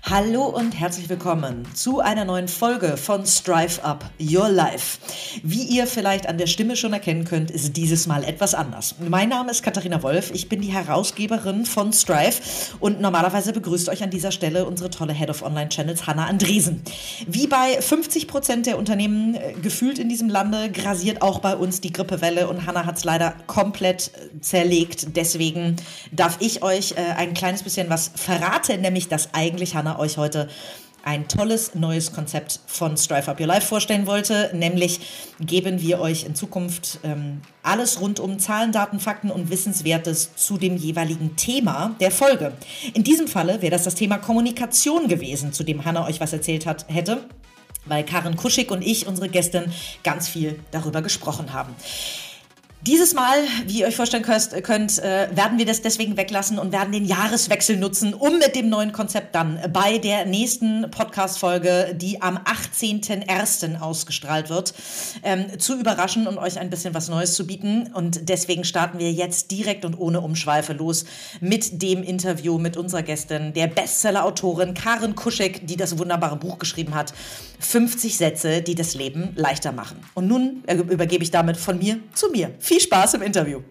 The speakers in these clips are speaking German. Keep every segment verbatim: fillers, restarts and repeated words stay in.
Hallo und herzlich willkommen zu einer neuen Folge von Strive Up Your Life. Wie ihr vielleicht an der Stimme schon erkennen könnt, ist dieses Mal etwas anders. Mein Name ist Katharina Wolf, ich bin die Herausgeberin von Strive und normalerweise begrüßt euch an dieser Stelle unsere tolle Head of Online Channels, Hannah Andresen. Wie bei fünfzig Prozent der Unternehmen äh, gefühlt in diesem Lande grasiert auch bei uns die Grippewelle und Hannah hat es leider komplett äh, zerlegt. Deswegen darf ich euch äh, ein kleines bisschen was verraten, nämlich dass eigentlich Hannah euch heute ein tolles neues Konzept von Strive Up Your Life vorstellen wollte. Nämlich geben wir euch in Zukunft ähm, alles rund um Zahlen, Daten, Fakten und Wissenswertes zu dem jeweiligen Thema der Folge. In diesem Falle wäre das das Thema Kommunikation gewesen, zu dem Hannah euch was erzählt hat, hätte, weil Karin Kuschig und ich, unsere Gästin, ganz viel darüber gesprochen haben. Dieses Mal, wie ihr euch vorstellen könnt, werden wir das deswegen weglassen und werden den Jahreswechsel nutzen, um mit dem neuen Konzept dann bei der nächsten Podcast-Folge, die am achtzehnten ersten ausgestrahlt wird, ähm, zu überraschen und euch ein bisschen was Neues zu bieten. Und deswegen starten wir jetzt direkt und ohne Umschweife los mit dem Interview mit unserer Gästin, der Bestseller-Autorin Karin Kuschig, die das wunderbare Buch geschrieben hat, fünfzig Sätze, die das Leben leichter machen. Und nun übergebe ich damit von mir zu mir. Viel Spaß im Interview.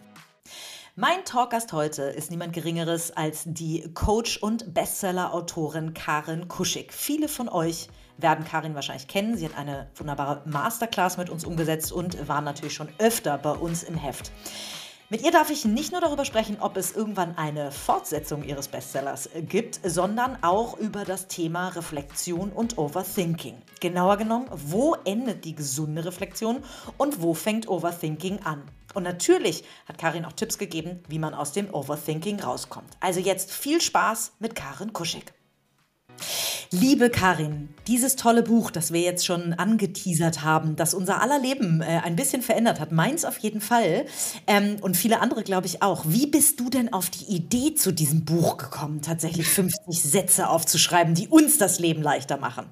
Mein Talkgast heute ist niemand Geringeres als die Coach und Bestseller-Autorin Karin Kuschig. Viele von euch werden Karin wahrscheinlich kennen. Sie hat eine wunderbare Masterclass mit uns umgesetzt und war natürlich schon öfter bei uns im Heft. Mit ihr darf ich nicht nur darüber sprechen, ob es irgendwann eine Fortsetzung ihres Bestsellers gibt, sondern auch über das Thema Reflexion und Overthinking. Genauer genommen, wo endet die gesunde Reflexion und wo fängt Overthinking an? Und natürlich hat Karin auch Tipps gegeben, wie man aus dem Overthinking rauskommt. Also jetzt viel Spaß mit Karin Kuschig. Liebe Karin, dieses tolle Buch, das wir jetzt schon angeteasert haben, das unser aller Leben äh, ein bisschen verändert hat, meins auf jeden Fall ähm, und viele andere, glaube ich, auch. Wie bist du denn auf die Idee zu diesem Buch gekommen, tatsächlich fünfzig Sätze aufzuschreiben, die uns das Leben leichter machen?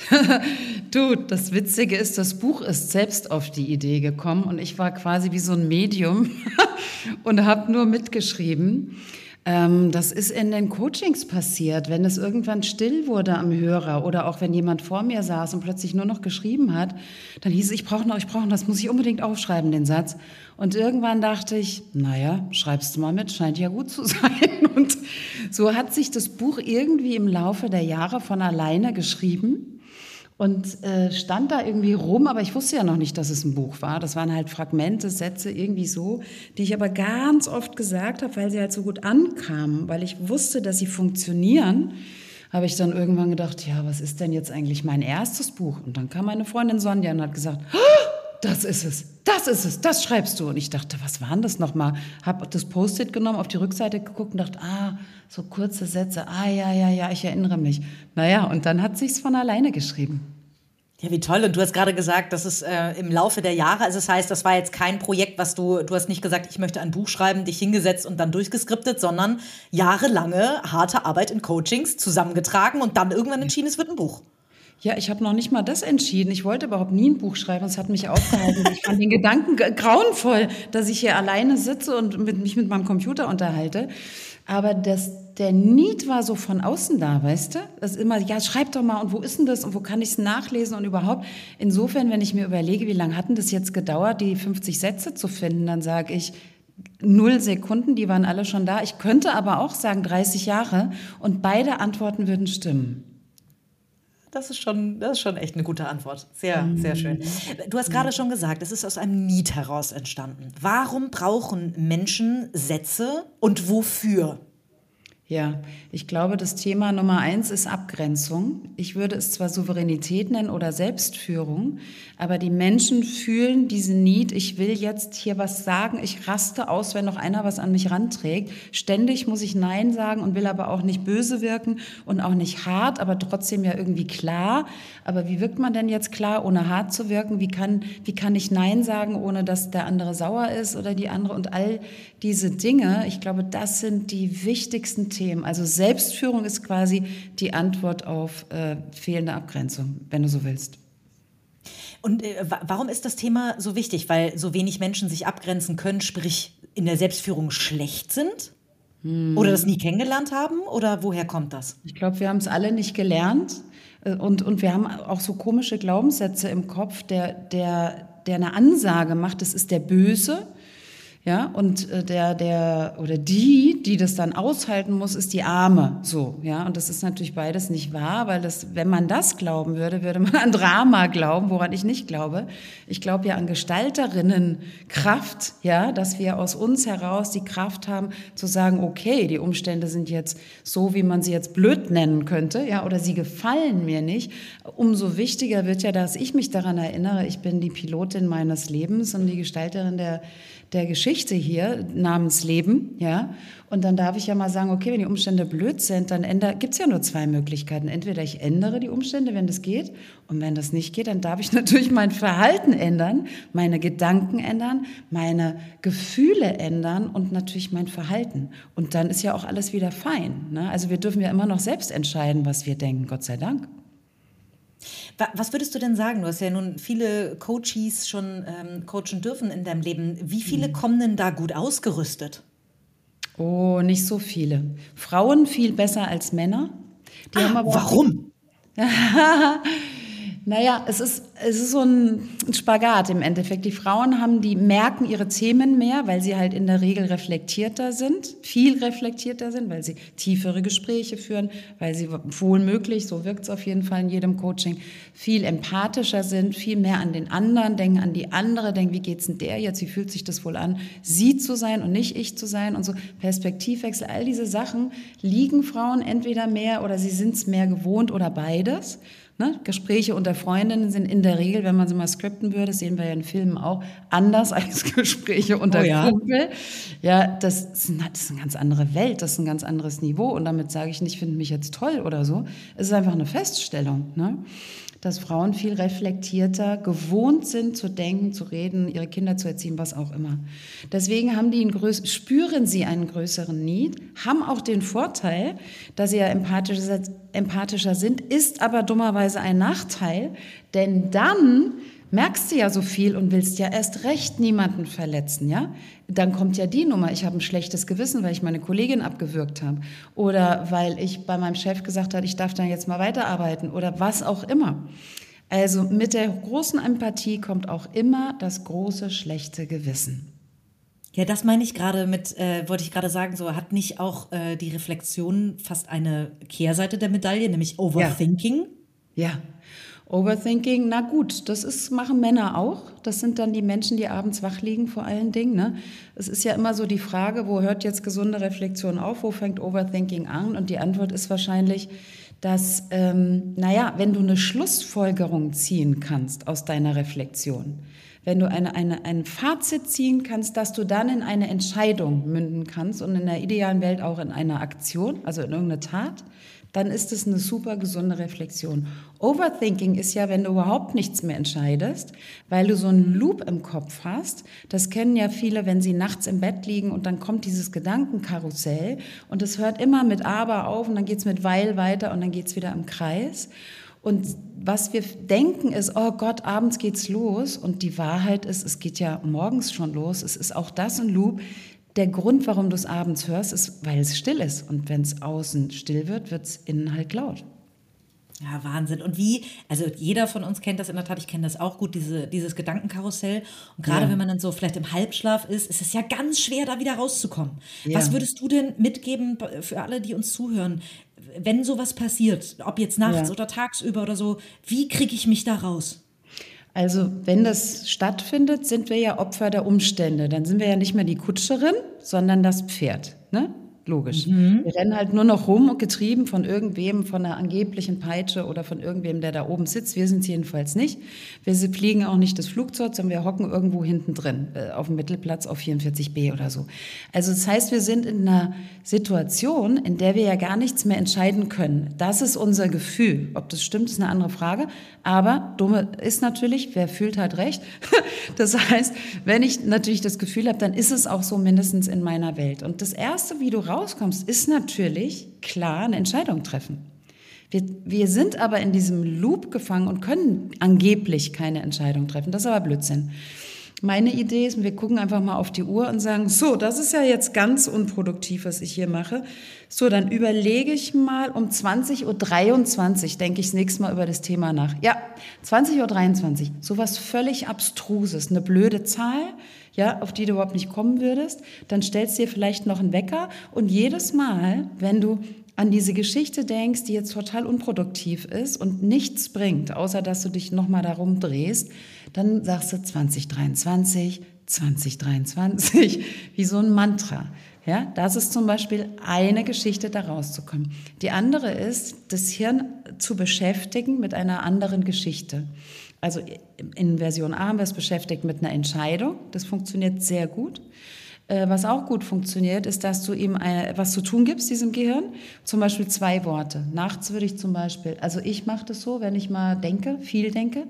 Du, das Witzige ist, das Buch ist selbst auf die Idee gekommen und ich war quasi wie so ein Medium und habe nur mitgeschrieben. Ähm, das ist in den Coachings passiert, wenn es irgendwann still wurde am Hörer oder auch wenn jemand vor mir saß und plötzlich nur noch geschrieben hat, dann hieß es, ich brauche noch, ich brauche noch, das muss ich unbedingt aufschreiben, den Satz. Und irgendwann dachte ich, naja, schreibst du mal mit, scheint ja gut zu sein. Und so hat sich das Buch irgendwie im Laufe der Jahre von alleine geschrieben. Und äh, stand da irgendwie rum, aber ich wusste ja noch nicht, dass es ein Buch war. Das waren halt Fragmente, Sätze, irgendwie so, die ich aber ganz oft gesagt habe, weil sie halt so gut ankamen, weil ich wusste, dass sie funktionieren, habe ich dann irgendwann gedacht, ja, was ist denn jetzt eigentlich mein erstes Buch? Und dann kam meine Freundin Sonja und hat gesagt, oh, das ist es, das ist es, das schreibst du. Und ich dachte, was war denn das nochmal? Habe das Post-it genommen, auf die Rückseite geguckt und dachte, ah, so kurze Sätze, ah, ja, ja, ja, ich erinnere mich. Naja, und dann hat sich's von alleine geschrieben. Ja, wie toll. Und du hast gerade gesagt, dass es äh, im Laufe der Jahre, also das heißt, das war jetzt kein Projekt, was du, du hast nicht gesagt, ich möchte ein Buch schreiben, dich hingesetzt und dann durchgeskriptet, sondern jahrelange harte Arbeit in Coachings zusammengetragen und dann irgendwann entschieden, es wird ein Buch. Ja, ich habe noch nicht mal das entschieden. Ich wollte überhaupt nie ein Buch schreiben. Es hat mich aufgehalten. Ich fand den Gedanken grauenvoll, dass ich hier alleine sitze und mit, mich mit meinem Computer unterhalte. Aber das, der Need war so von außen da, weißt du? Das ist immer, ja, schreib doch mal und wo ist denn das und wo kann ich es nachlesen und überhaupt. Insofern, wenn ich mir überlege, wie lange hat denn das jetzt gedauert, die fünfzig Sätze zu finden, dann sage ich, null Sekunden, die waren alle schon da. Ich könnte aber auch sagen dreißig Jahre und beide Antworten würden stimmen. Das ist schon, das ist schon echt eine gute Antwort. Sehr, sehr schön. Du hast gerade schon gesagt, es ist aus einem Need heraus entstanden. Warum brauchen Menschen Sätze und wofür? Ja, ich glaube, das Thema Nummer eins ist Abgrenzung. Ich würde es zwar Souveränität nennen oder Selbstführung, aber die Menschen fühlen diesen Need, ich will jetzt hier was sagen, ich raste aus, wenn noch einer was an mich ranträgt. Ständig muss ich Nein sagen und will aber auch nicht böse wirken und auch nicht hart, aber trotzdem ja irgendwie klar. Aber wie wirkt man denn jetzt klar, ohne hart zu wirken? Wie kann, wie kann ich Nein sagen, ohne dass der andere sauer ist oder die andere? Und all diese Dinge, ich glaube, das sind die wichtigsten Themen. Also Selbstführung ist quasi die Antwort auf äh, fehlende Abgrenzung, wenn du so willst. Und äh, warum ist das Thema so wichtig? Weil so wenig Menschen sich abgrenzen können, sprich in der Selbstführung schlecht sind? Oder das nie kennengelernt haben? Oder woher kommt das? Ich glaube, wir haben es alle nicht gelernt. Äh, Und, und wir haben auch so komische Glaubenssätze im Kopf, der, der, der eine Ansage macht, das ist der Böse. Ja, und äh, der, der oder die, die das dann aushalten muss, ist die Arme. So, ja, und das ist natürlich beides nicht wahr, weil das, wenn man das glauben würde, würde man an Drama glauben, woran ich nicht glaube. Ich glaube ja an Gestalterinnenkraft, ja, dass wir aus uns heraus die Kraft haben, zu sagen, okay, die Umstände sind jetzt so, wie man sie jetzt blöd nennen könnte, ja, oder sie gefallen mir nicht. Umso wichtiger wird ja, dass ich mich daran erinnere, ich bin die Pilotin meines Lebens und die Gestalterin der der Geschichte hier namens Leben, ja, und dann darf ich ja mal sagen, okay, wenn die Umstände blöd sind, dann gibt es ja nur zwei Möglichkeiten. Entweder ich ändere die Umstände, wenn das geht, und wenn das nicht geht, dann darf ich natürlich mein Verhalten ändern, meine Gedanken ändern, meine Gefühle ändern und natürlich mein Verhalten. Und dann ist ja auch alles wieder fein, ne? Also wir dürfen ja immer noch selbst entscheiden, was wir denken, Gott sei Dank. Was würdest du denn sagen? Du hast ja nun viele Coaches schon ähm, coachen dürfen in deinem Leben. Wie viele kommen denn da gut ausgerüstet? Oh, nicht so viele. Frauen viel besser als Männer. Die ah, haben aber warum? Naja, es ist, es ist so ein Spagat im Endeffekt. Die Frauen haben, die merken ihre Themen mehr, weil sie halt in der Regel reflektierter sind, viel reflektierter sind, weil sie tiefere Gespräche führen, weil sie wohl möglich, so wirkt es auf jeden Fall in jedem Coaching, viel empathischer sind, viel mehr an den anderen, denken an die andere, denken, wie geht's denn der jetzt, wie fühlt sich das wohl an, sie zu sein und nicht ich zu sein und so. Perspektivwechsel, all diese Sachen liegen Frauen entweder mehr oder sie sind es mehr gewohnt oder beides. Ne? Gespräche unter Freundinnen sind in der Regel, wenn man sie mal skripten würde, sehen wir ja in Filmen auch, anders als Gespräche unter oh ja. Kumpel. Ja, das ist, eine, das ist eine ganz andere Welt, das ist ein ganz anderes Niveau. Und damit sage ich nicht, ich finde mich jetzt toll oder so. Es ist einfach eine Feststellung, ne? Dass Frauen viel reflektierter gewohnt sind, zu denken, zu reden, ihre Kinder zu erziehen, was auch immer. Deswegen haben die einen größ- spüren sie einen größeren Need, haben auch den Vorteil, dass sie ja empathischer, empathischer sind, ist aber dummerweise ein Nachteil, denn dann merkst du ja so viel und willst ja erst recht niemanden verletzen, ja? Dann kommt ja die Nummer, ich habe ein schlechtes Gewissen, weil ich meine Kollegin abgewürgt habe oder weil ich bei meinem Chef gesagt habe, ich darf dann jetzt mal weiterarbeiten oder was auch immer. Also mit der großen Empathie kommt auch immer das große schlechte Gewissen. Ja, das meine ich gerade mit, äh, wollte ich gerade sagen, so hat nicht auch äh, die Reflexion fast eine Kehrseite der Medaille, nämlich Overthinking? Ja. ja. Overthinking, na gut, das ist, machen Männer auch. Das sind dann die Menschen, die abends wach liegen vor allen Dingen. Ne? Es ist ja immer so die Frage, wo hört jetzt gesunde Reflexion auf, wo fängt Overthinking an? Und die Antwort ist wahrscheinlich, dass, ähm, naja, wenn du eine Schlussfolgerung ziehen kannst aus deiner Reflexion, wenn du eine, eine, ein Fazit ziehen kannst, dass du dann in eine Entscheidung münden kannst und in der idealen Welt auch in eine Aktion, also in irgendeine Tat, dann ist es eine super gesunde Reflexion. Overthinking ist ja, wenn du überhaupt nichts mehr entscheidest, weil du so einen Loop im Kopf hast. Das kennen ja viele, wenn sie nachts im Bett liegen und dann kommt dieses Gedankenkarussell und es hört immer mit aber auf und dann geht's mit weil weiter und dann geht's wieder im Kreis. Und was wir denken ist, oh Gott, abends geht's los. Und die Wahrheit ist, es geht ja morgens schon los. Es ist auch das ein Loop. Der Grund, warum du es abends hörst, ist, weil es still ist. Und wenn es außen still wird, wird es innen halt laut. Ja, Wahnsinn. Und wie, also jeder von uns kennt das in der Tat, ich kenne das auch gut, diese, dieses Gedankenkarussell. Und gerade ja. wenn man dann so vielleicht im Halbschlaf ist, ist es ja ganz schwer, da wieder rauszukommen. Ja. Was würdest du denn mitgeben für alle, die uns zuhören, wenn sowas passiert, ob jetzt nachts ja. oder tagsüber oder so, wie kriege ich mich da raus? Also wenn das stattfindet, sind wir ja Opfer der Umstände. Dann sind wir ja nicht mehr die Kutscherin, sondern das Pferd, ne? Logisch. Mhm. Wir rennen halt nur noch rum und getrieben von irgendwem, von einer angeblichen Peitsche oder von irgendwem, der da oben sitzt. Wir sind es jedenfalls nicht. Wir fliegen auch nicht das Flugzeug, sondern wir hocken irgendwo hinten drin, äh, auf dem Mittelplatz auf vierundvierzig b oder so. Also das heißt, wir sind in einer Situation, in der wir ja gar nichts mehr entscheiden können. Das ist unser Gefühl. Ob das stimmt, ist eine andere Frage. Aber dumme ist natürlich, wer fühlt, hat recht. Das heißt, wenn ich natürlich das Gefühl habe, dann ist es auch so mindestens in meiner Welt. Und das Erste, wie du rauskommst, ist natürlich klar eine Entscheidung treffen. Wir, wir sind aber in diesem Loop gefangen und können angeblich keine Entscheidung treffen. Das ist aber Blödsinn. Meine Idee ist, wir gucken einfach mal auf die Uhr und sagen, so, das ist ja jetzt ganz unproduktiv, was ich hier mache. So, dann überlege ich mal um zwanzig Uhr dreiundzwanzig, denke ich das nächste Mal über das Thema nach. Ja, zwanzig Uhr dreiundzwanzig, sowas völlig Abstruses, eine blöde Zahl, ja, auf die du überhaupt nicht kommen würdest. Dann stellst du dir vielleicht noch einen Wecker und jedes Mal, wenn du an diese Geschichte denkst, die jetzt total unproduktiv ist und nichts bringt, außer dass du dich nochmal darum drehst, dann sagst du zwanzig dreiundzwanzig, zwanzig dreiundzwanzig, wie so ein Mantra. Ja, das ist zum Beispiel eine Geschichte, da rauszukommen. Die andere ist, das Hirn zu beschäftigen mit einer anderen Geschichte. Also in Version A haben wir es beschäftigt mit einer Entscheidung. Das funktioniert sehr gut. Was auch gut funktioniert, ist, dass du ihm was zu tun gibst, diesem Gehirn. Zum Beispiel zwei Worte. Nachts würde ich zum Beispiel, also ich mache das so, wenn ich mal denke, viel denke,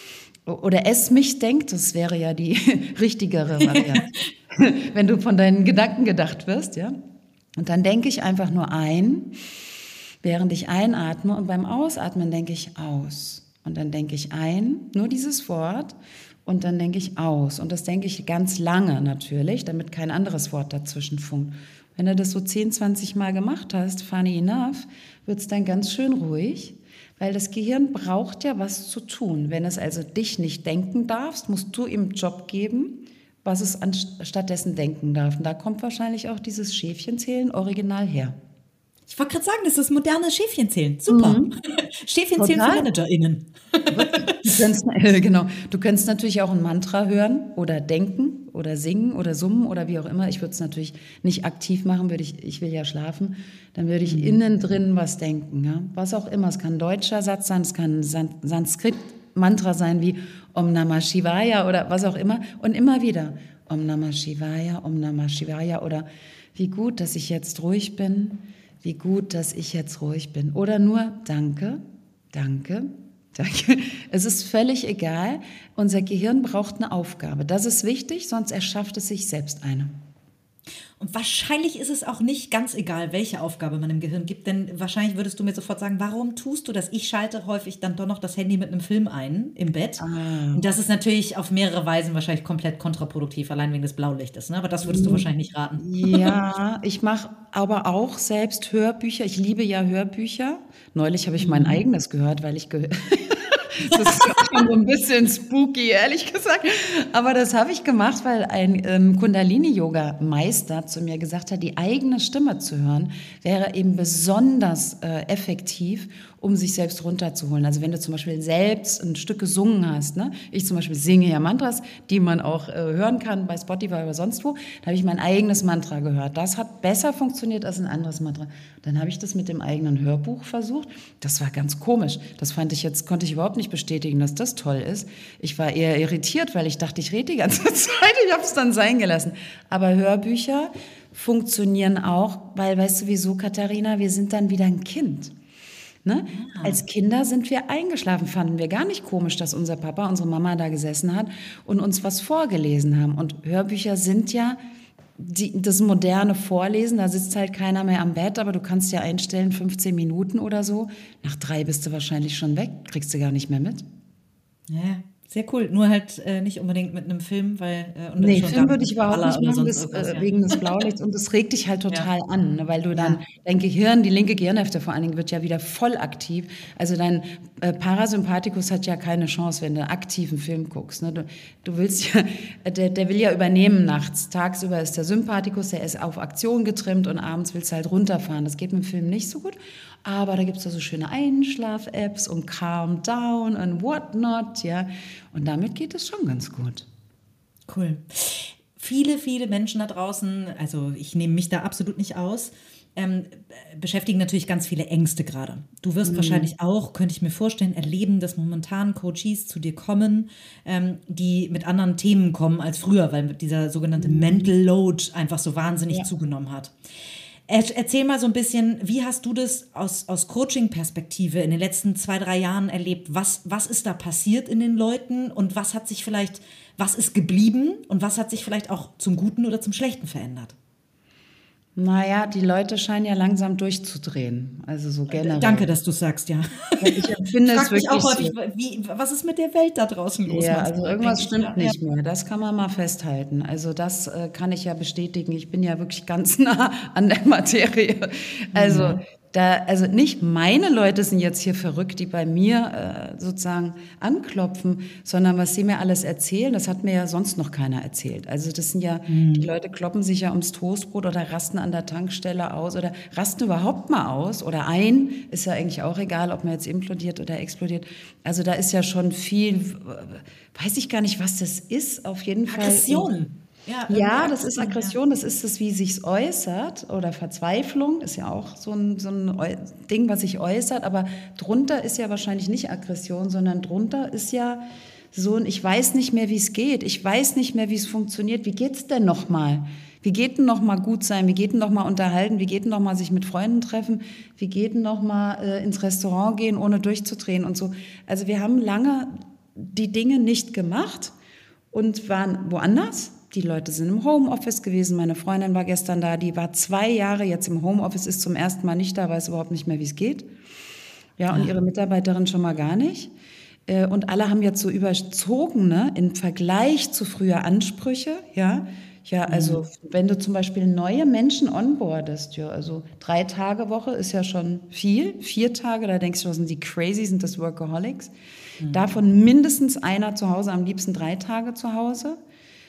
oder es mich denkt, das wäre ja die richtigere Variante, wenn du von deinen Gedanken gedacht wirst, ja. Und dann denke ich einfach nur ein, während ich einatme, und beim Ausatmen denke ich aus. Und dann denke ich ein, nur dieses Wort. Und dann denke ich aus. Und das denke ich ganz lange natürlich, damit kein anderes Wort dazwischen funkt. Wenn du das so zehn, zwanzig Mal gemacht hast, funny enough, wird es dann ganz schön ruhig, weil das Gehirn braucht ja was zu tun. Wenn es also dich nicht denken darfst, musst du ihm Job geben, was es stattdessen denken darf. Und da kommt wahrscheinlich auch dieses Schäfchenzählen original her. Ich wollte gerade sagen, das ist moderne Schäfchenzählen. Super. Mhm. Schäfchenzählen für ManagerInnen. Du kannst, äh, genau. Du kannst natürlich auch ein Mantra hören oder denken oder singen oder summen oder wie auch immer. Ich würde es natürlich nicht aktiv machen, würde ich, ich will ja schlafen. Dann würde ich mhm. innen drin was denken. Ja? Was auch immer. Es kann ein deutscher Satz sein, es kann ein San- Sanskrit-Mantra sein wie Om Namah Shivaya oder was auch immer. Und immer wieder Om Namah Shivaya, Om Namah Shivaya oder wie gut, dass ich jetzt ruhig bin. Wie gut, dass ich jetzt ruhig bin. Oder nur Danke, Danke, Danke. Es ist völlig egal. Unser Gehirn braucht eine Aufgabe. Das ist wichtig, sonst erschafft es sich selbst eine. Und wahrscheinlich ist es auch nicht ganz egal, welche Aufgabe man im Gehirn gibt, denn wahrscheinlich würdest du mir sofort sagen, warum tust du das? Ich schalte häufig dann doch noch das Handy mit einem Film ein im Bett. Ah. Und das ist natürlich auf mehrere Weisen wahrscheinlich komplett kontraproduktiv, allein wegen des Blaulichtes. Ne? Aber das würdest du wahrscheinlich nicht raten. Ja, ich mache aber auch selbst Hörbücher. Ich liebe ja Hörbücher. Neulich habe ich mein mhm. eigenes gehört, weil ich gehört Das ist schon so ein bisschen spooky, ehrlich gesagt. Aber das habe ich gemacht, weil ein ähm, Kundalini-Yoga-Meister zu mir gesagt hat, die eigene Stimme zu hören, wäre eben besonders äh, effektiv, um sich selbst runterzuholen. Also wenn du zum Beispiel selbst ein Stück gesungen hast, ne? Ich zum Beispiel singe ja Mantras, die man auch äh, hören kann bei Spotify oder sonst wo, da habe ich mein eigenes Mantra gehört. Das hat besser funktioniert als ein anderes Mantra. Dann habe ich das mit dem eigenen Hörbuch versucht. Das war ganz komisch. Das fand ich jetzt, konnte ich überhaupt nicht bestätigen, dass das toll ist. Ich war eher irritiert, weil ich dachte, ich rede die ganze Zeit. Ich habe es dann sein gelassen. Aber Hörbücher funktionieren auch, weil, weißt du wieso, Katharina, wir sind dann wieder ein Kind. Ne? Ja. Als Kinder sind wir eingeschlafen, fanden wir gar nicht komisch, dass unser Papa, unsere Mama da gesessen hat und uns was vorgelesen haben. Und Hörbücher sind ja die, das moderne Vorlesen, da sitzt halt keiner mehr am Bett, aber du kannst ja einstellen, fünfzehn Minuten oder so. Nach drei bist du wahrscheinlich schon weg, kriegst du gar nicht mehr mit. Ja, sehr cool. Nur halt äh, nicht unbedingt mit einem Film, weil... Äh, und nee, Film würde ich überhaupt nicht machen, das, äh, ja. wegen des Blaulichts. Und das regt dich halt total ja. an, ne, weil du dann, ja. dein Gehirn, die linke Gehirnhälfte vor allen Dingen, wird ja wieder voll aktiv. Also dein äh, Parasympathikus hat ja keine Chance, wenn du aktiven Film guckst. Ne? Du, du willst ja, der, der will ja übernehmen nachts. Tagsüber ist der Sympathikus, der ist auf Aktion getrimmt und abends willst du halt runterfahren. Das geht mit dem Film nicht so gut. Aber da gibt es ja so schöne Einschlaf-Apps und Calm Down und whatnot, ja. Und damit geht es schon ganz gut. Cool. Viele, viele Menschen da draußen, also ich nehme mich da absolut nicht aus, ähm, beschäftigen natürlich ganz viele Ängste gerade. Du wirst mhm. wahrscheinlich auch, könnte ich mir vorstellen, erleben, dass momentan Coaches zu dir kommen, ähm, die mit anderen Themen kommen als früher, weil dieser sogenannte mhm. Mental Load einfach so wahnsinnig ja. zugenommen hat. Erzähl mal so ein bisschen, wie hast du das aus, aus Coaching-Perspektive in den letzten zwei, drei Jahren erlebt? Was, was ist da passiert in den Leuten und was hat sich vielleicht, was ist geblieben und was hat sich vielleicht auch zum Guten oder zum Schlechten verändert? Naja, die Leute scheinen ja langsam durchzudrehen. Also so generell. Danke, dass du sagst, ja. Ich empfinde Ich es frage mich auch wirklich häufig, so. wie, was ist mit der Welt da draußen los? Ja, also manchmal, irgendwas denke ich. stimmt Ja, ja. nicht mehr. Das kann man mal festhalten. Also das äh, kann ich ja bestätigen. Ich bin ja wirklich ganz nah an der Materie. Also da, also nicht meine Leute sind jetzt hier verrückt, die bei mir äh, sozusagen anklopfen, sondern was sie mir alles erzählen, das hat mir ja sonst noch keiner erzählt. Also das sind ja, die Leute kloppen sich ja ums Toastbrot oder rasten an der Tankstelle aus oder rasten überhaupt mal aus oder ein, ist ja eigentlich auch egal, ob man jetzt implodiert oder explodiert. Also da ist ja schon viel, weiß ich gar nicht, was das ist, auf jeden Fall. Aggression. Ja, irgendwie Ja, das ist Aggression, ja. Aggression, das ist es, wie sich's äußert oder Verzweiflung ist ja auch so ein, so ein Eu- Ding, was sich äußert, aber drunter ist ja wahrscheinlich nicht Aggression, sondern drunter ist ja so ein, ich weiß nicht mehr, wie es geht, ich weiß nicht mehr, wie es funktioniert, wie geht's denn nochmal? Wie geht denn nochmal gut sein, wie geht denn nochmal unterhalten, wie geht denn nochmal sich mit Freunden treffen, wie geht denn nochmal äh, ins Restaurant gehen, ohne durchzudrehen und so. Also wir haben lange die Dinge nicht gemacht und waren woanders. Die Leute sind im Homeoffice gewesen. Meine Freundin war gestern da. Die war zwei Jahre jetzt im Homeoffice, ist zum ersten Mal nicht da, weiß überhaupt nicht mehr, wie es geht. Ja, und ihre Mitarbeiterin schon mal gar nicht. Äh, Und alle haben jetzt so überzogene im Vergleich zu früher Ansprüche. Ja, ja, also wenn du zum Beispiel neue Menschen onboardest, ja, also drei Tage Woche ist ja schon viel. Vier Tage, da denkst du, sind die crazy, sind das Workaholics. Davon mindestens einer zu Hause, am liebsten drei Tage zu Hause.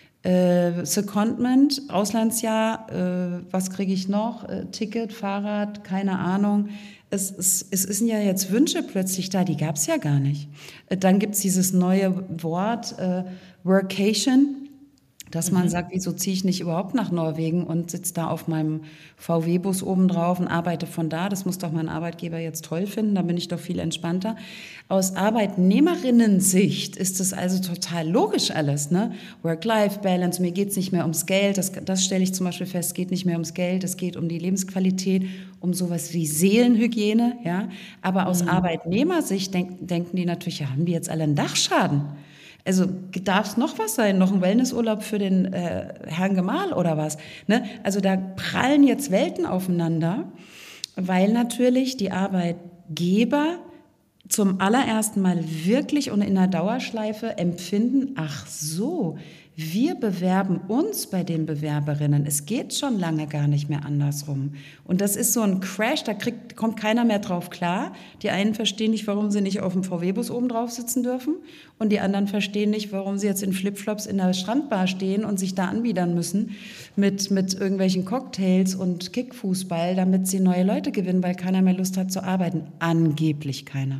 Äh, Secondment, Auslandsjahr, äh, was kriege ich noch? Äh, Ticket, Fahrrad, keine Ahnung. Es, es, es sind ja jetzt Wünsche plötzlich da, die gab es ja gar nicht. Äh, dann gibt es dieses neue Wort äh, Workation, dass man sagt, wieso ziehe ich nicht überhaupt nach Norwegen und sitze da auf meinem V W-Bus oben drauf und arbeite von da. Das muss doch mein Arbeitgeber jetzt toll finden, da bin ich doch viel entspannter. Aus Arbeitnehmerinnen-Sicht ist das also total logisch alles, ne? Work-Life-Balance, mir geht's nicht mehr ums Geld, das, das stelle ich zum Beispiel fest, es geht nicht mehr ums Geld, es geht um die Lebensqualität, um sowas wie Seelenhygiene, ja. Aber aus Arbeitnehmersicht denk, denken die natürlich, ja, haben die jetzt alle einen Dachschaden? Also darf es noch was sein? Noch ein Wellnessurlaub für den äh, Herrn Gemahl oder was? Ne? Also da prallen jetzt Welten aufeinander, weil natürlich die Arbeitgeber zum allerersten Mal wirklich und in einer Dauerschleife empfinden, ach so, wir bewerben uns bei den Bewerberinnen. Es geht schon lange gar nicht mehr andersrum. Und das ist so ein Crash, da kriegt, kommt keiner mehr drauf klar. Die einen verstehen nicht, warum sie nicht auf dem V W-Bus oben drauf sitzen dürfen. Und die anderen verstehen nicht, warum sie jetzt in Flipflops in der Strandbar stehen und sich da anbiedern müssen mit, mit irgendwelchen Cocktails und Kickfußball, damit sie neue Leute gewinnen, weil keiner mehr Lust hat zu arbeiten. Angeblich keiner.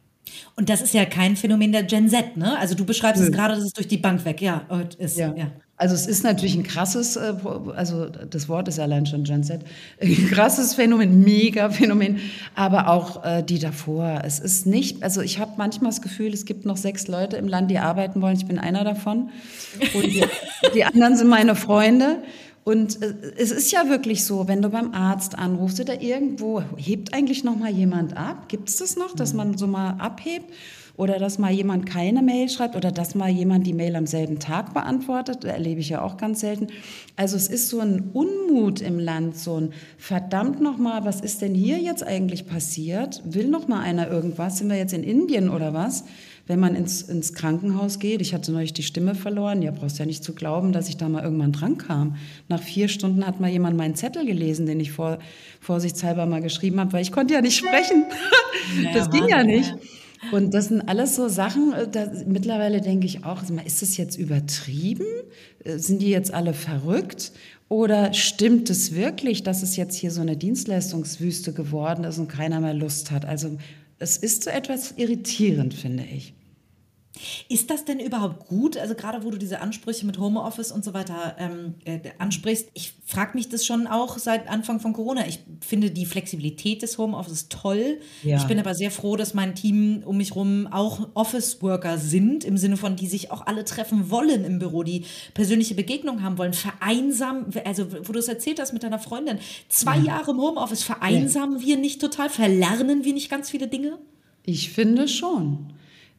Und das ist ja kein Phänomen der Gen Z, ne? Also du beschreibst es gerade, dass es durch die Bank weg, ja, ist, ja. Ja. Also es ist natürlich ein krasses, äh, also das Wort ist allein schon Gen Z, ein krasses Phänomen, mega Phänomen, aber auch äh, die davor. Es ist nicht, also ich habe manchmal das Gefühl, es gibt noch sechs Leute im Land, die arbeiten wollen, ich bin einer davon und die, die anderen sind meine Freunde. Und äh, es ist ja wirklich so, wenn du beim Arzt anrufst oder irgendwo, hebt eigentlich noch mal jemand ab? Gibt es das noch, dass man so mal abhebt? Oder dass mal jemand keine Mail schreibt oder dass mal jemand die Mail am selben Tag beantwortet? Das erlebe ich ja auch ganz selten. Also es ist so ein Unmut im Land, so ein verdammt noch mal, was ist denn hier jetzt eigentlich passiert? Will noch mal einer irgendwas? Sind wir jetzt in Indien oder was? Wenn man ins, ins Krankenhaus geht, ich hatte neulich die Stimme verloren, ja, brauchst ja nicht zu glauben, dass ich da mal irgendwann dran kam. Nach vier Stunden hat mal jemand meinen Zettel gelesen, den ich vor, vorsichtshalber mal geschrieben habe, weil ich konnte ja nicht sprechen. Das ging ja nicht. Und das sind alles so Sachen, da, mittlerweile denke ich auch, ist das jetzt übertrieben? Sind die jetzt alle verrückt? Oder stimmt es wirklich, dass es jetzt hier so eine Dienstleistungswüste geworden ist und keiner mehr Lust hat? Also es ist so etwas irritierend, finde ich. Ist das denn überhaupt gut? Also gerade wo du diese Ansprüche mit Homeoffice und so weiter ähm, äh, ansprichst, ich frage mich das schon auch seit Anfang von Corona. Ich finde die Flexibilität des Homeoffice toll. Ja. Ich bin aber sehr froh, dass mein Team um mich rum auch Office-Worker sind, im Sinne von, die sich auch alle treffen wollen im Büro, die persönliche Begegnung haben wollen. Vereinsam, also wo du es erzählt hast mit deiner Freundin, zwei ja. Jahre im Homeoffice, vereinsamen ja. wir nicht total? Verlernen wir nicht ganz viele Dinge? Ich finde schon.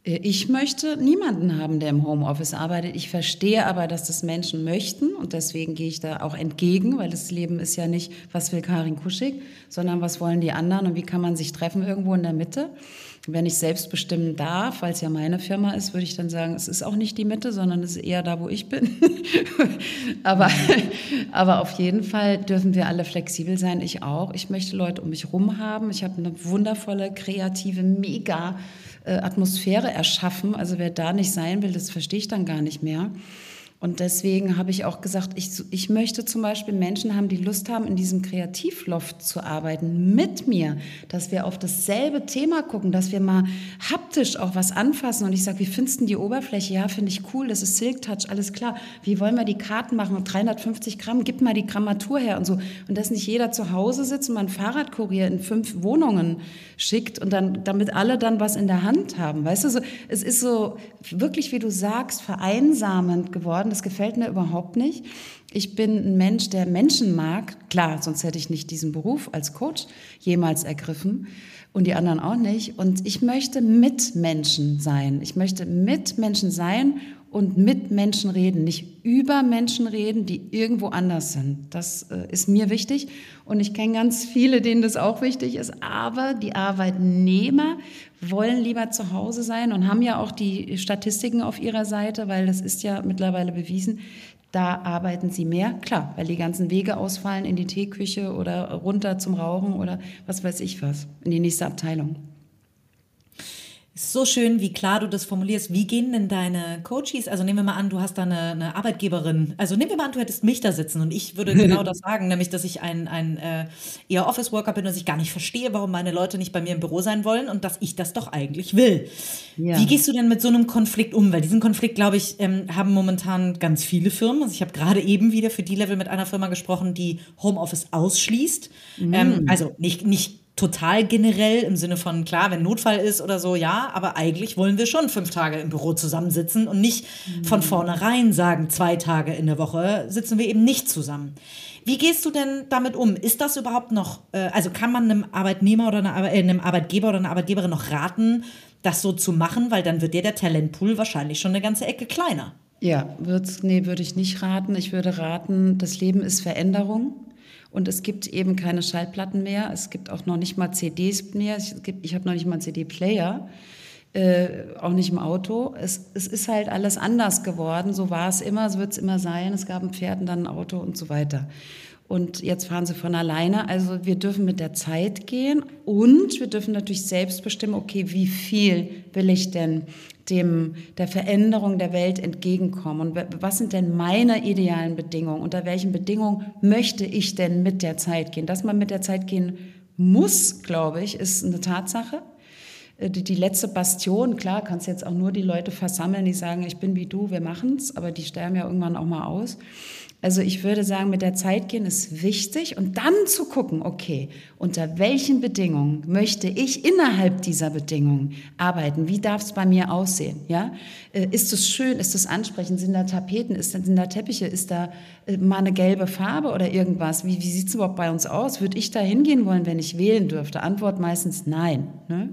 Ich möchte niemanden haben, der im Homeoffice arbeitet. Ich verstehe aber, dass das Menschen möchten und deswegen gehe ich da auch entgegen, weil das Leben ist ja nicht, was will Karin Kuschig, sondern was wollen die anderen und wie kann man sich treffen irgendwo in der Mitte. Wenn ich selbst bestimmen darf, weil es ja meine Firma ist, würde ich dann sagen, es ist auch nicht die Mitte, sondern es ist eher da, wo ich bin. aber, aber auf jeden Fall dürfen wir alle flexibel sein, ich auch. Ich möchte Leute um mich rum haben. Ich habe eine wundervolle, kreative, mega Atmosphäre erschaffen. Also wer da nicht sein will, das verstehe ich dann gar nicht mehr. Und deswegen habe ich auch gesagt, ich, ich möchte zum Beispiel Menschen haben, die Lust haben, in diesem Kreativloft zu arbeiten, mit mir, dass wir auf dasselbe Thema gucken, dass wir mal haptisch auch was anfassen. Und ich sage, wie findest du die Oberfläche? Ja, finde ich cool, das ist Silk Touch, alles klar. Wie wollen wir die Karten machen? dreihundertfünfzig Gramm, gib mal die Grammatur her und so. Und dass nicht jeder zu Hause sitzt und mal einen Fahrradkurier in fünf Wohnungen schickt und dann, damit alle dann was in der Hand haben. Weißt du, so, es ist so wirklich, wie du sagst, vereinsamend geworden. Das gefällt mir überhaupt nicht. Ich bin ein Mensch, der Menschen mag. Klar, sonst hätte ich nicht diesen Beruf als Coach jemals ergriffen und die anderen auch nicht. Und ich möchte mit Menschen sein. Ich möchte mit Menschen sein und mit Menschen reden, nicht über Menschen reden, die irgendwo anders sind. Das äh, ist mir wichtig und ich kenne ganz viele, denen das auch wichtig ist, aber die Arbeitnehmer wollen lieber zu Hause sein und haben ja auch die Statistiken auf ihrer Seite, weil das ist ja mittlerweile bewiesen, da arbeiten sie mehr, klar, weil die ganzen Wege ausfallen in die Teeküche oder runter zum Rauchen oder was weiß ich was, in die nächste Abteilung. Ist so schön, wie klar du das formulierst. Wie gehen denn deine Coaches? Also nehmen wir mal an, du hast da eine, eine Arbeitgeberin. Also nehmen wir mal an, du hättest mich da sitzen und ich würde genau das sagen, nämlich, dass ich ein, ein äh, eher Office-Worker bin und dass ich gar nicht verstehe, warum meine Leute nicht bei mir im Büro sein wollen und dass ich das doch eigentlich will. Ja. Wie gehst du denn mit so einem Konflikt um? Weil diesen Konflikt, glaube ich, ähm, haben momentan ganz viele Firmen. Also ich habe gerade eben wieder für D-Level mit einer Firma gesprochen, die Homeoffice ausschließt. Mhm. Ähm, also nicht, nicht total generell im Sinne von, klar, wenn Notfall ist oder so, ja, aber eigentlich wollen wir schon fünf Tage im Büro zusammensitzen und nicht mhm. von vornherein sagen, zwei Tage in der Woche sitzen wir eben nicht zusammen. Wie gehst du denn damit um? Ist das überhaupt noch, äh, also kann man einem Arbeitnehmer oder einer, äh, einem Arbeitgeber oder einer Arbeitgeberin noch raten, das so zu machen, weil dann wird dir der Talentpool wahrscheinlich schon eine ganze Ecke kleiner. Ja, wird's, nee, würde ich nicht raten. Ich würde raten, das Leben ist Veränderung. Und es gibt eben keine Schallplatten mehr. Es gibt auch noch nicht mal C Ds mehr. Es gibt, ich habe noch nicht mal einen C D-Player, äh, auch nicht im Auto. Es, es ist halt alles anders geworden. So war es immer, so wird es immer sein. Es gab ein Pferd und dann ein Auto und so weiter. Und jetzt fahren sie von alleine. Also wir dürfen mit der Zeit gehen und wir dürfen natürlich selbst bestimmen, okay, wie viel will ich denn dem, der Veränderung der Welt entgegenkommen und was sind denn meine idealen Bedingungen, unter welchen Bedingungen möchte ich denn mit der Zeit gehen. Dass man mit der Zeit gehen muss, glaube ich, ist eine Tatsache. Die, die letzte Bastion, klar, kannst jetzt auch nur die Leute versammeln, die sagen, ich bin wie du, wir machen's, aber die sterben ja irgendwann auch mal aus. Also ich würde sagen, mit der Zeit gehen ist wichtig und dann zu gucken, okay, unter welchen Bedingungen möchte ich innerhalb dieser Bedingungen arbeiten? Wie darf es bei mir aussehen? Ja? Ist es schön? Ist es ansprechend? Sind da Tapeten? Ist, sind da Teppiche? Ist da mal eine gelbe Farbe oder irgendwas? Wie, wie sieht es überhaupt bei uns aus? Würde ich da hingehen wollen, wenn ich wählen dürfte? Antwort meistens nein. Ne?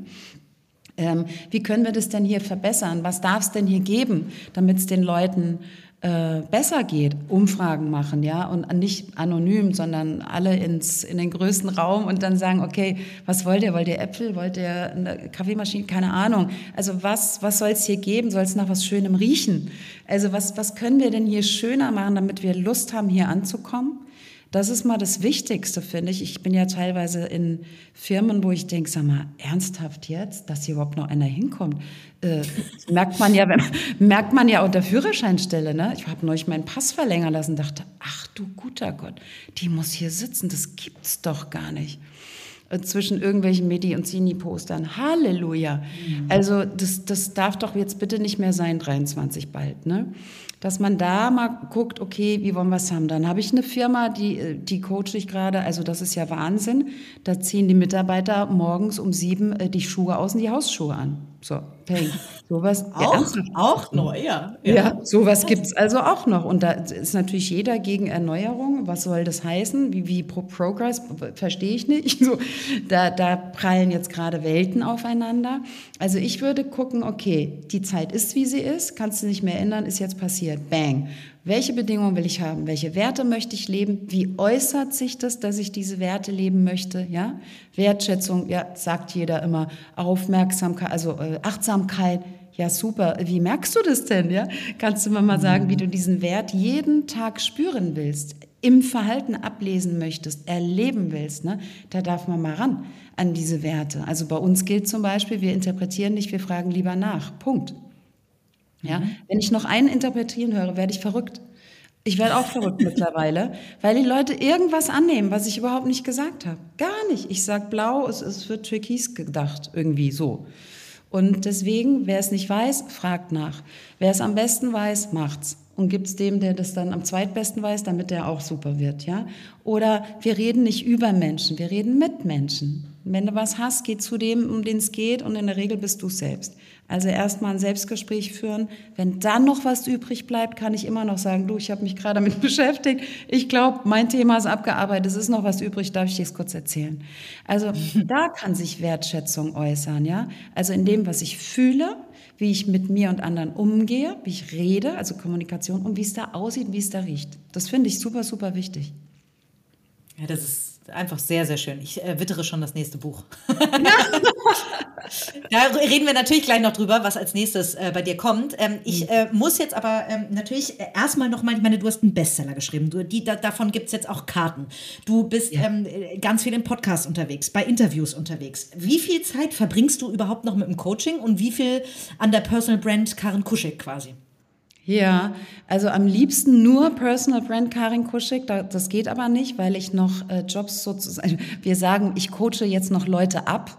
Ähm, wie können wir das denn hier verbessern? Was darf es denn hier geben, damit es den Leuten äh, besser geht? Umfragen machen, ja, und nicht anonym, sondern alle ins, in den größten Raum und dann sagen, okay, was wollt ihr? Wollt ihr Äpfel? Wollt ihr eine Kaffeemaschine? Keine Ahnung. Also was, was soll es hier geben? Soll es nach was Schönem riechen? Also was, was können wir denn hier schöner machen, damit wir Lust haben, hier anzukommen? Das ist mal das Wichtigste, finde ich. Ich bin ja teilweise in Firmen, wo ich denke, sag mal, ernsthaft jetzt, dass hier überhaupt noch einer hinkommt? Äh, merkt man ja, wenn, merkt man ja unter Führerscheinstelle, ne? Ich habe neulich meinen Pass verlängern lassen und dachte, ach du guter Gott, die muss hier sitzen, das gibt's doch gar nicht. Zwischen irgendwelchen Medi- und Zini-Postern. Halleluja. Mhm. Also das, das darf doch jetzt bitte nicht mehr sein, dreiundzwanzig bald, ne? Dass man da mal guckt, okay, wie wollen wir es haben? Dann habe ich eine Firma, die, die coache ich gerade, also das ist ja Wahnsinn. Da ziehen die Mitarbeiter morgens um sieben die Schuhe aus und die Hausschuhe an. So, hey, sowas, ja, Auch, ernsthaft. auch neu, ja. Ja, sowas gibt es also auch noch. Und da ist natürlich jeder gegen Erneuerung. Was soll das heißen? Wie, wie Pro Progress? Verstehe ich nicht. So, da, da prallen jetzt gerade Welten aufeinander. Also ich würde gucken, okay, die Zeit ist, wie sie ist, kannst du nicht mehr ändern, ist jetzt passiert. Bang. Welche Bedingungen will ich haben? Welche Werte möchte ich leben? Wie äußert sich das, dass ich diese Werte leben möchte? Ja? Wertschätzung, ja, sagt jeder immer. Aufmerksamkeit, also äh, Achtsamkeit. Ja, super. Wie merkst du das denn? Ja? Kannst du mir mal sagen, wie du diesen Wert jeden Tag spüren willst, im Verhalten ablesen möchtest, erleben willst? Ne? Da darf man mal ran an diese Werte. Also bei uns gilt zum Beispiel, wir interpretieren nicht, wir fragen lieber nach. Punkt. Ja? Mhm. Wenn ich noch einen interpretieren höre, werde ich verrückt. Ich werde auch verrückt mittlerweile, weil die Leute irgendwas annehmen, was ich überhaupt nicht gesagt habe. Gar nicht. Ich sage blau, es, es wird türkis gedacht, irgendwie so. Und deswegen, wer es nicht weiß, fragt nach. Wer es am besten weiß, macht's. Und gibt's dem, der das dann am zweitbesten weiß, damit der auch super wird, ja? Oder wir reden nicht über Menschen, wir reden mit Menschen. Und wenn du was hast, geh zu dem, um den es geht, und in der Regel bist du selbst. Also erstmal ein Selbstgespräch führen. Wenn dann noch was übrig bleibt, kann ich immer noch sagen, du, ich habe mich gerade damit beschäftigt. Ich glaube, mein Thema ist abgearbeitet, es ist noch was übrig, darf ich dir es kurz erzählen? Also da kann sich Wertschätzung äußern, ja? Also in dem, was ich fühle, wie ich mit mir und anderen umgehe, wie ich rede, also Kommunikation, und wie es da aussieht, wie es da riecht. Das finde ich super, super wichtig. Ja, das ist einfach sehr, sehr schön. Ich äh, wittere schon das nächste Buch. Da reden wir natürlich gleich noch drüber, was als nächstes äh, bei dir kommt. Ähm, ich äh, muss jetzt aber ähm, natürlich erstmal nochmal, ich meine, du hast einen Bestseller geschrieben. Du, die, da, davon gibt es jetzt auch Karten. Du bist ja. ähm, ganz viel im Podcast unterwegs, bei Interviews unterwegs. Wie viel Zeit verbringst du überhaupt noch mit dem Coaching und wie viel an der Personal Brand Karin Kuschek quasi? Ja, also am liebsten nur Personal Brand Karin Kuschek, das geht aber nicht, weil ich noch äh, Jobs sozusagen, wir sagen, ich coache jetzt noch Leute ab.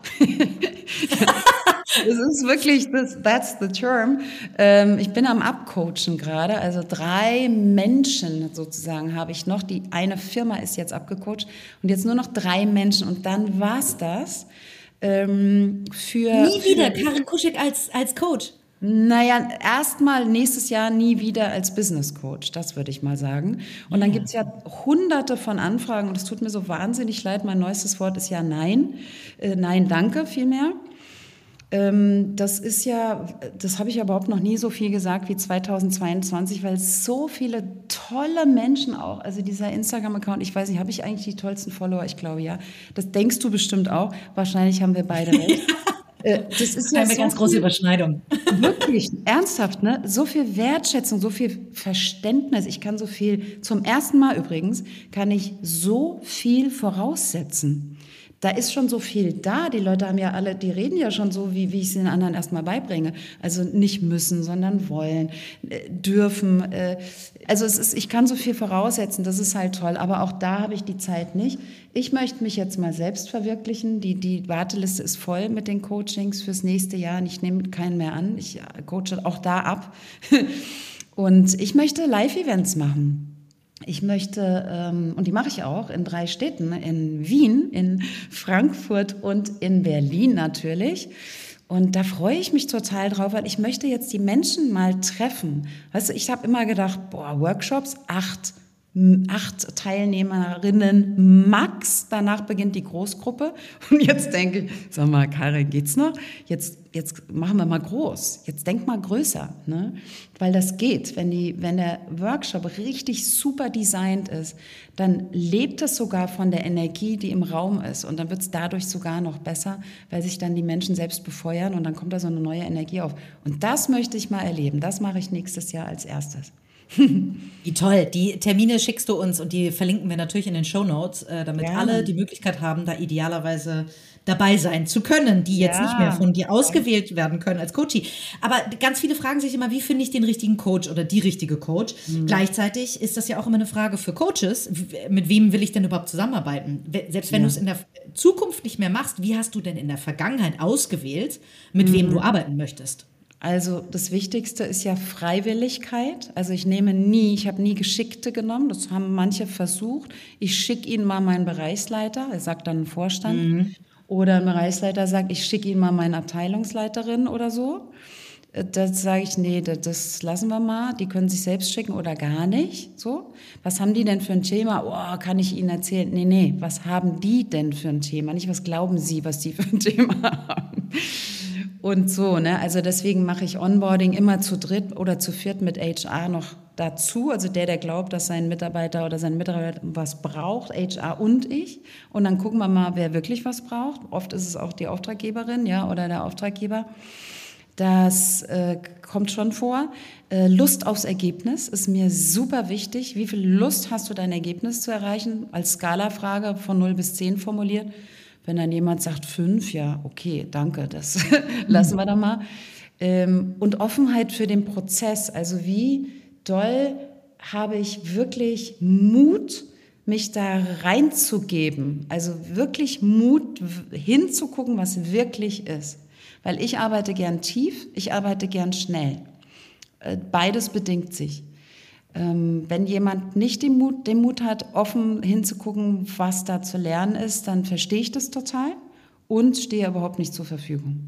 Das ist wirklich, das, that's the term. Ähm, ich bin am Abcoachen gerade, also drei Menschen sozusagen habe ich noch, die eine Firma ist jetzt abgecoacht und jetzt nur noch drei Menschen und dann war's das. Ähm, für, Nie wieder für, Karin Kuschek als, als Coach. Naja, erstmal nächstes Jahr nie wieder als Business Coach, das würde ich mal sagen. Und dann gibt's ja hunderte von Anfragen und es tut mir so wahnsinnig leid, mein neuestes Wort ist ja Nein. Äh, nein, danke vielmehr. Ähm, das ist ja, das habe ich überhaupt noch nie so viel gesagt wie zweitausendzweiundzwanzig, weil so viele tolle Menschen auch, also dieser Instagram-Account, ich weiß nicht, habe ich eigentlich die tollsten Follower? Ich glaube ja. Das denkst du bestimmt auch. Wahrscheinlich haben wir beide recht. Das ist ja eine so ganz große viel, Überschneidung. Wirklich, ernsthaft, ne? So viel Wertschätzung, so viel Verständnis. Ich kann so viel, zum ersten Mal übrigens, kann ich so viel voraussetzen. Da ist schon so viel da. Die Leute haben ja alle, die reden ja schon so, wie, wie ich es den anderen erstmal beibringe. Also nicht müssen, sondern wollen, äh, dürfen. Äh, also es ist, ich kann so viel voraussetzen, das ist halt toll. Aber auch da habe ich die Zeit nicht. Ich möchte mich jetzt mal selbst verwirklichen. Die, die Warteliste ist voll mit den Coachings fürs nächste Jahr. Und ich nehme keinen mehr an. Ich coache auch da ab. Und ich möchte Live-Events machen. Ich möchte, ähm, und die mache ich auch, in drei Städten, in Wien, in Frankfurt und in Berlin natürlich. Und da freue ich mich total drauf, weil ich möchte jetzt die Menschen mal treffen. Weißt du, ich habe immer gedacht, boah, Workshops, acht, acht Teilnehmerinnen max, danach beginnt die Großgruppe. Und jetzt denke ich, sag mal, Karin, geht's noch? Jetzt, jetzt machen wir mal groß. Jetzt denk mal größer, ne? Weil das geht. Wenn die, wenn der Workshop richtig super designt ist, dann lebt es sogar von der Energie, die im Raum ist. Und dann wird es dadurch sogar noch besser, weil sich dann die Menschen selbst befeuern und dann kommt da so eine neue Energie auf. Und das möchte ich mal erleben. Das mache ich nächstes Jahr als erstes. Wie toll. Die Termine schickst du uns und die verlinken wir natürlich in den Shownotes, äh, damit ja. alle die Möglichkeit haben, da idealerweise dabei sein zu können, die jetzt ja. nicht mehr von dir ausgewählt werden können als Coachie. Aber ganz viele fragen sich immer, wie finde ich den richtigen Coach oder die richtige Coach? Mhm. Gleichzeitig ist das ja auch immer eine Frage für Coaches. Mit wem will ich denn überhaupt zusammenarbeiten? Selbst wenn ja. du es in der Zukunft nicht mehr machst, wie hast du denn in der Vergangenheit ausgewählt, mit mhm. wem du arbeiten möchtest? Also das Wichtigste ist ja Freiwilligkeit. Also ich nehme nie, ich habe nie Geschickte genommen, das haben manche versucht. Ich schicke ihnen mal meinen Bereichsleiter, er sagt dann einen Vorstand. Mhm. Oder ein Bereichsleiter sagt, ich schicke Ihnen mal meine Abteilungsleiterin oder so. Das sage ich, nee, das, das lassen wir mal. Die können sich selbst schicken oder gar nicht. So, was haben die denn für ein Thema? Oh, kann ich Ihnen erzählen? Nee, nee, was haben die denn für ein Thema? Nicht, was glauben Sie, was die für ein Thema haben? Und so, ne? Also deswegen mache ich Onboarding immer zu dritt oder zu viert mit H R noch dazu. Also der, der glaubt, dass sein Mitarbeiter oder sein Mitarbeiter was braucht, H R und ich. Und dann gucken wir mal, wer wirklich was braucht. Oft ist es auch die Auftraggeberin, ja, oder der Auftraggeber. Das äh, kommt schon vor. Äh, Lust aufs Ergebnis ist mir super wichtig. Wie viel Lust hast du, dein Ergebnis zu erreichen? Als Skalafrage von null bis zehn formuliert. Wenn dann jemand sagt fünf, ja, okay, danke, das lassen wir da mal. Ähm, und Offenheit für den Prozess. Also wie doll habe ich wirklich Mut, mich da reinzugeben. Also wirklich Mut, hinzugucken, was wirklich ist. Weil ich arbeite gern tief, ich arbeite gern schnell. Beides bedingt sich. Wenn jemand nicht den Mut, den Mut hat, offen hinzugucken, was da zu lernen ist, dann verstehe ich das total und stehe überhaupt nicht zur Verfügung.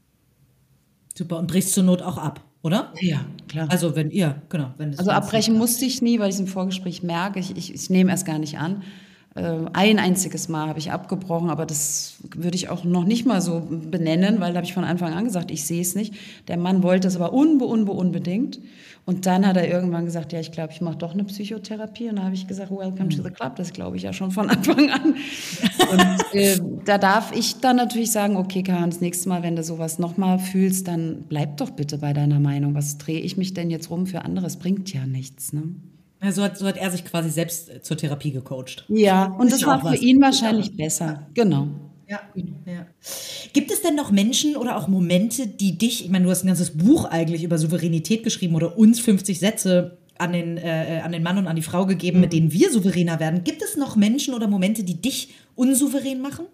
Super, und brichst zur Not auch ab, oder? Ja, klar. Also wenn ihr, genau. Wenn es also abbrechen musste ich nie, weil ich es im Vorgespräch merke, ich, ich, ich nehme erst gar nicht an. Ein einziges Mal habe ich abgebrochen, aber das würde ich auch noch nicht mal so benennen, weil da habe ich von Anfang an gesagt, ich sehe es nicht. Der Mann wollte es aber unbe, unbe, unbedingt. Und dann hat er irgendwann gesagt, ja, ich glaube, ich mache doch eine Psychotherapie. Und da habe ich gesagt, welcome to the club. Das glaube ich ja schon von Anfang an. Und äh, da darf ich dann natürlich sagen, okay, Karin, das nächste Mal, wenn du sowas nochmal fühlst, dann bleib doch bitte bei deiner Meinung. Was drehe ich mich denn jetzt rum für anderes? Bringt ja nichts, ne? Ja, so hat, so hat er sich quasi selbst zur Therapie gecoacht. Ja, und das Ist war auch für was. ihn wahrscheinlich besser. Genau. Ja, ja. Gibt es denn noch Menschen oder auch Momente, die dich, ich meine, du hast ein ganzes Buch eigentlich über Souveränität geschrieben oder uns fünfzig Sätze an den, äh, an den Mann und an die Frau gegeben, mit denen wir souveräner werden. Gibt es noch Menschen oder Momente, die dich unsouverän machen?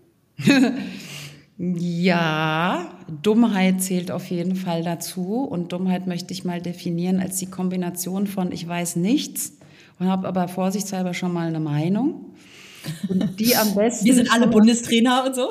Ja, Dummheit zählt auf jeden Fall dazu. Und Dummheit möchte ich mal definieren als die Kombination von ich weiß nichts und habe aber vorsichtshalber schon mal eine Meinung. Und die am besten. Wir sind alle Bundestrainer und so.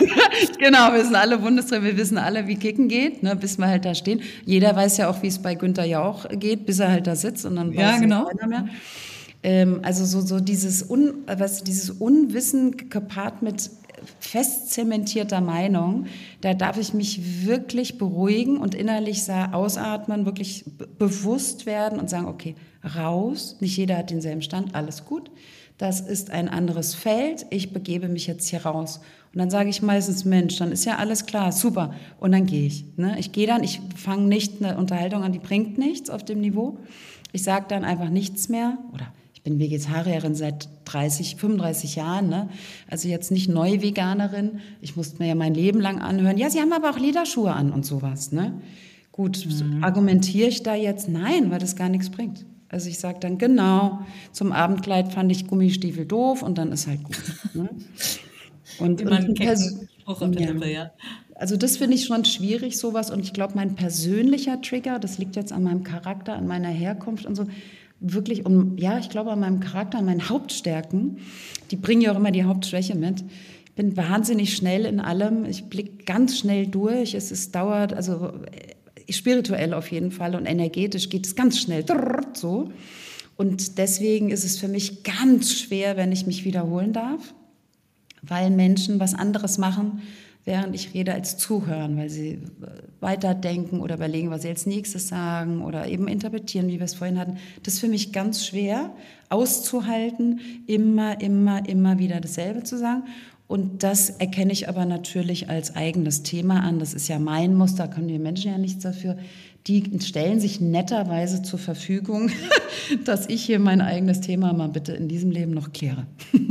Genau, wir sind alle Bundestrainer, wir wissen alle, wie Kicken geht, ne, bis wir halt da stehen. Jeder weiß ja auch, wie es bei Günther Jauch geht, bis er halt da sitzt und dann ja, weiß genau. keiner mehr. Ähm, also so, so dieses, Un, was, dieses Unwissen gepaart mit fest zementierter Meinung, da darf ich mich wirklich beruhigen und innerlich ausatmen, wirklich bewusst werden und sagen, okay, raus, nicht jeder hat denselben Stand, alles gut. Das ist ein anderes Feld, ich begebe mich jetzt hier raus. Und dann sage ich meistens, Mensch, dann ist ja alles klar, super. Und dann gehe ich. Ne? Ich gehe dann, ich fange nicht eine Unterhaltung an, die bringt nichts auf dem Niveau. Ich sage dann einfach nichts mehr. Oder ich bin Vegetarierin seit dreißig, fünfunddreißig Jahren. Ne? Also jetzt nicht Neu-Veganerin. Ich musste mir ja mein Leben lang anhören. Ja, Sie haben aber auch Lederschuhe an und sowas. Ne? Gut, mhm. argumentiere ich da jetzt? Nein, weil das gar nichts bringt. Also ich sage dann, genau, zum Abendkleid fand ich Gummistiefel doof und dann ist halt gut. Ne? Und, und ein Pers- Spruch auf der ja. Lippe, ja. Also das finde ich schon schwierig, sowas. Und ich glaube, mein persönlicher Trigger, das liegt jetzt an meinem Charakter, an meiner Herkunft und so, wirklich, um, ja, ich glaube an meinem Charakter, an meinen Hauptstärken, die bringen ja auch immer die Hauptschwäche mit. Ich bin wahnsinnig schnell in allem, ich blicke ganz schnell durch, es ist, dauert, also spirituell auf jeden Fall und energetisch geht es ganz schnell so. Und deswegen ist es für mich ganz schwer, wenn ich mich wiederholen darf, weil Menschen was anderes machen, während ich rede, als zuhören, weil sie weiterdenken oder überlegen, was sie als nächstes sagen oder eben interpretieren, wie wir es vorhin hatten. Das ist für mich ganz schwer auszuhalten, immer, immer, immer wieder dasselbe zu sagen. Und das erkenne ich aber natürlich als eigenes Thema an. Das ist ja mein Muster, können die Menschen ja nichts dafür. Die stellen sich netterweise zur Verfügung, dass ich hier mein eigenes Thema mal bitte in diesem Leben noch kläre.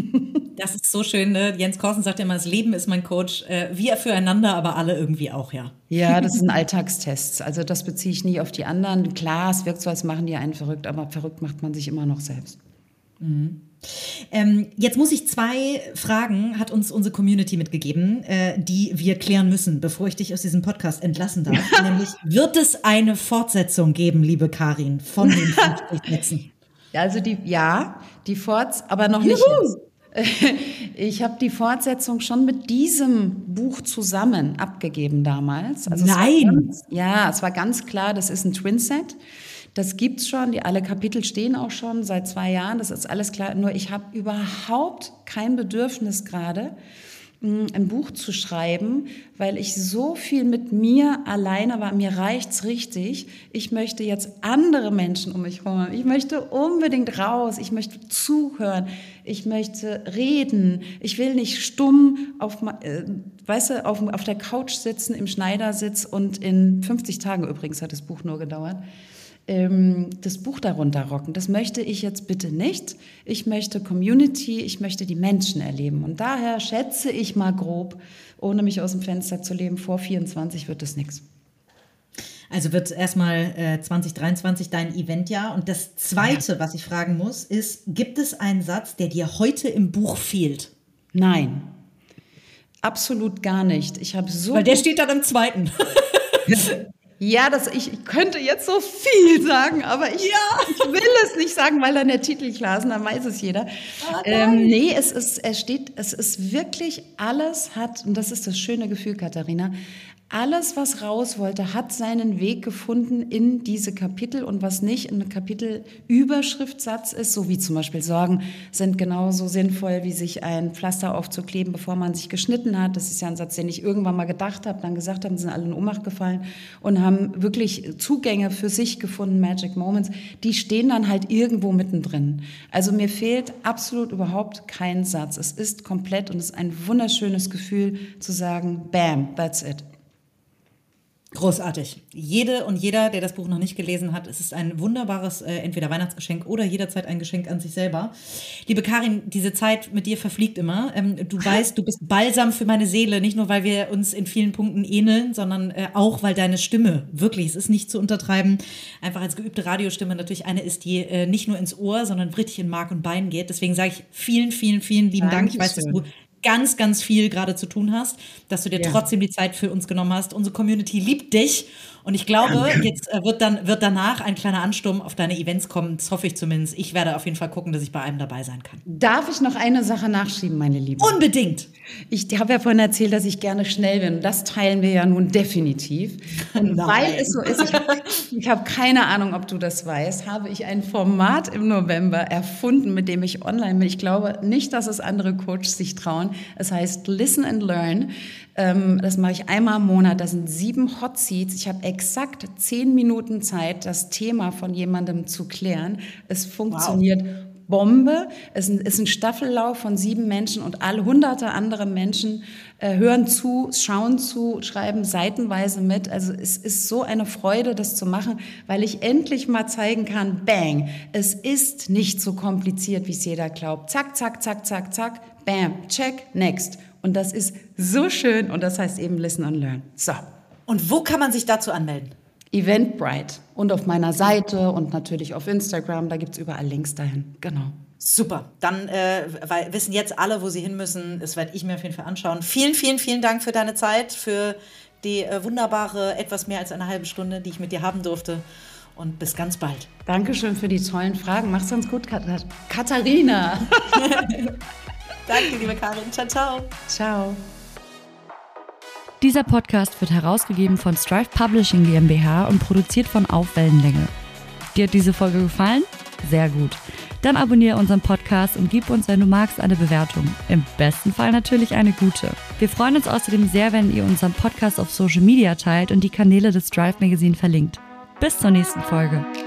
Das ist so schön, ne? Jens Korsen sagt ja immer, das Leben ist mein Coach. Wir füreinander, aber alle irgendwie auch, ja. Ja, das sind Alltagstests. Also das beziehe ich nie auf die anderen. Klar, es wirkt so, als machen die einen verrückt, aber verrückt macht man sich immer noch selbst. Mhm. Ähm, jetzt muss ich zwei Fragen, hat uns unsere Community mitgegeben, äh, die wir klären müssen, bevor ich dich aus diesem Podcast entlassen darf. Nämlich, wird es eine Fortsetzung geben, liebe Karin, von den fünfzig Sätzen? Ja, also die, ja, die Forts, aber noch Juhu. nicht jetzt. Ich habe die Fortsetzung schon mit diesem Buch zusammen abgegeben damals. Also Nein! Es war ganz, ja, es war ganz klar, das ist ein Twin-Set. Das gibt's schon, die alle Kapitel stehen auch schon seit zwei Jahren, das ist alles klar. Nur ich habe überhaupt kein Bedürfnis gerade, ein Buch zu schreiben, weil ich so viel mit mir alleine war. Mir reicht's richtig. Ich möchte jetzt andere Menschen um mich herum. Ich möchte unbedingt raus. Ich möchte zuhören. Ich möchte reden. Ich will nicht stumm auf, äh, weißt du, auf, auf der Couch sitzen, im Schneidersitz und in fünfzig Tagen übrigens hat das Buch nur gedauert. Das Buch darunter rocken. Das möchte ich jetzt bitte nicht. Ich möchte Community, ich möchte die Menschen erleben. Und daher schätze ich mal grob, ohne mich aus dem Fenster zu leben, vor vierundzwanzig wird das nichts. Also wird erstmal äh, zwanzig dreiundzwanzig dein Eventjahr. Und das Zweite, ja. was ich fragen muss, ist, gibt es einen Satz, der dir heute im Buch fehlt? Nein, absolut gar nicht. Ich habe so Weil der steht dann im Zweiten. Ja, das, ich, ich könnte jetzt so viel sagen, aber ich, ja. ich will es nicht sagen, weil dann der Titel klar ist und dann weiß es jeder. Ah, ähm, nee, es ist, es steht, es ist wirklich alles hat, und das ist das schöne Gefühl, Katharina, alles, was raus wollte, hat seinen Weg gefunden in diese Kapitel und was nicht ein Kapitelüberschriftsatz ist, so wie zum Beispiel Sorgen sind genauso sinnvoll, wie sich ein Pflaster aufzukleben, bevor man sich geschnitten hat. Das ist ja ein Satz, den ich irgendwann mal gedacht habe, dann gesagt habe, sind alle in Ohnmacht gefallen und haben wirklich Zugänge für sich gefunden, Magic Moments. Die stehen dann halt irgendwo mittendrin. Also mir fehlt absolut überhaupt kein Satz. Es ist komplett und es ist ein wunderschönes Gefühl zu sagen, bam, that's it. Großartig. Jede und jeder, der das Buch noch nicht gelesen hat, es ist ein wunderbares äh, entweder Weihnachtsgeschenk oder jederzeit ein Geschenk an sich selber. Liebe Karin, diese Zeit mit dir verfliegt immer. Ähm, du weißt, du bist Balsam für meine Seele, nicht nur, weil wir uns in vielen Punkten ähneln, sondern äh, auch, weil deine Stimme, wirklich, es ist nicht zu untertreiben, einfach als geübte Radiostimme natürlich eine ist, die äh, nicht nur ins Ohr, sondern richtig in Mark und Bein geht. Deswegen sage ich vielen, vielen, vielen lieben Dank. Ich weiß, dass du ganz, ganz viel gerade zu tun hast, dass du dir ja. trotzdem die Zeit für uns genommen hast. Unsere Community liebt dich und ich glaube, Danke. jetzt äh, wird dann wird danach ein kleiner Ansturm auf deine Events kommen. Das hoffe ich zumindest. Ich werde auf jeden Fall gucken, dass ich bei einem dabei sein kann. Darf ich noch eine Sache nachschieben, meine Lieben? Unbedingt! Ich habe ja vorhin erzählt, dass ich gerne schnell bin. Das teilen wir ja nun definitiv. Und Nein. weil es so ist, ich habe ich hab keine Ahnung, ob du das weißt, habe ich ein Format im November erfunden, mit dem ich online bin. Ich glaube nicht, dass es andere Coaches sich trauen. Es heißt Listen and Learn. Das mache ich einmal im Monat. Das sind sieben Hot Seats. Ich habe exakt zehn Minuten Zeit, das Thema von jemandem zu klären. Es funktioniert wow. Bombe. Es ist ein Staffellauf von sieben Menschen und alle hunderte andere Menschen äh, hören zu, schauen zu, schreiben seitenweise mit. Also es ist so eine Freude, das zu machen, weil ich endlich mal zeigen kann, bang, es ist nicht so kompliziert, wie es jeder glaubt. Zack, zack, zack, zack, zack, bam, check, next. Und das ist so schön und das heißt eben Listen and Learn. So. Und wo kann man sich dazu anmelden? Eventbrite und auf meiner Seite und natürlich auf Instagram, da gibt es überall Links dahin. Genau. Super, dann äh, weil, wissen jetzt alle, wo sie hin müssen. Das werde ich mir auf jeden Fall anschauen. Vielen, vielen, vielen Dank für deine Zeit, für die äh, wunderbare, etwas mehr als eine halbe Stunde, die ich mit dir haben durfte. Und bis ganz bald. Dankeschön für die tollen Fragen. Mach's uns gut, Kat- Katharina. Danke, liebe Karin. Ciao, ciao. Ciao. Dieser Podcast wird herausgegeben von Strive Publishing GmbH und produziert von Auf Wellenlänge. Dir hat diese Folge gefallen? Sehr gut. Dann abonniere unseren Podcast und gib uns, wenn du magst, eine Bewertung. Im besten Fall natürlich eine gute. Wir freuen uns außerdem sehr, wenn ihr unseren Podcast auf Social Media teilt und die Kanäle des Strive Magazine verlinkt. Bis zur nächsten Folge.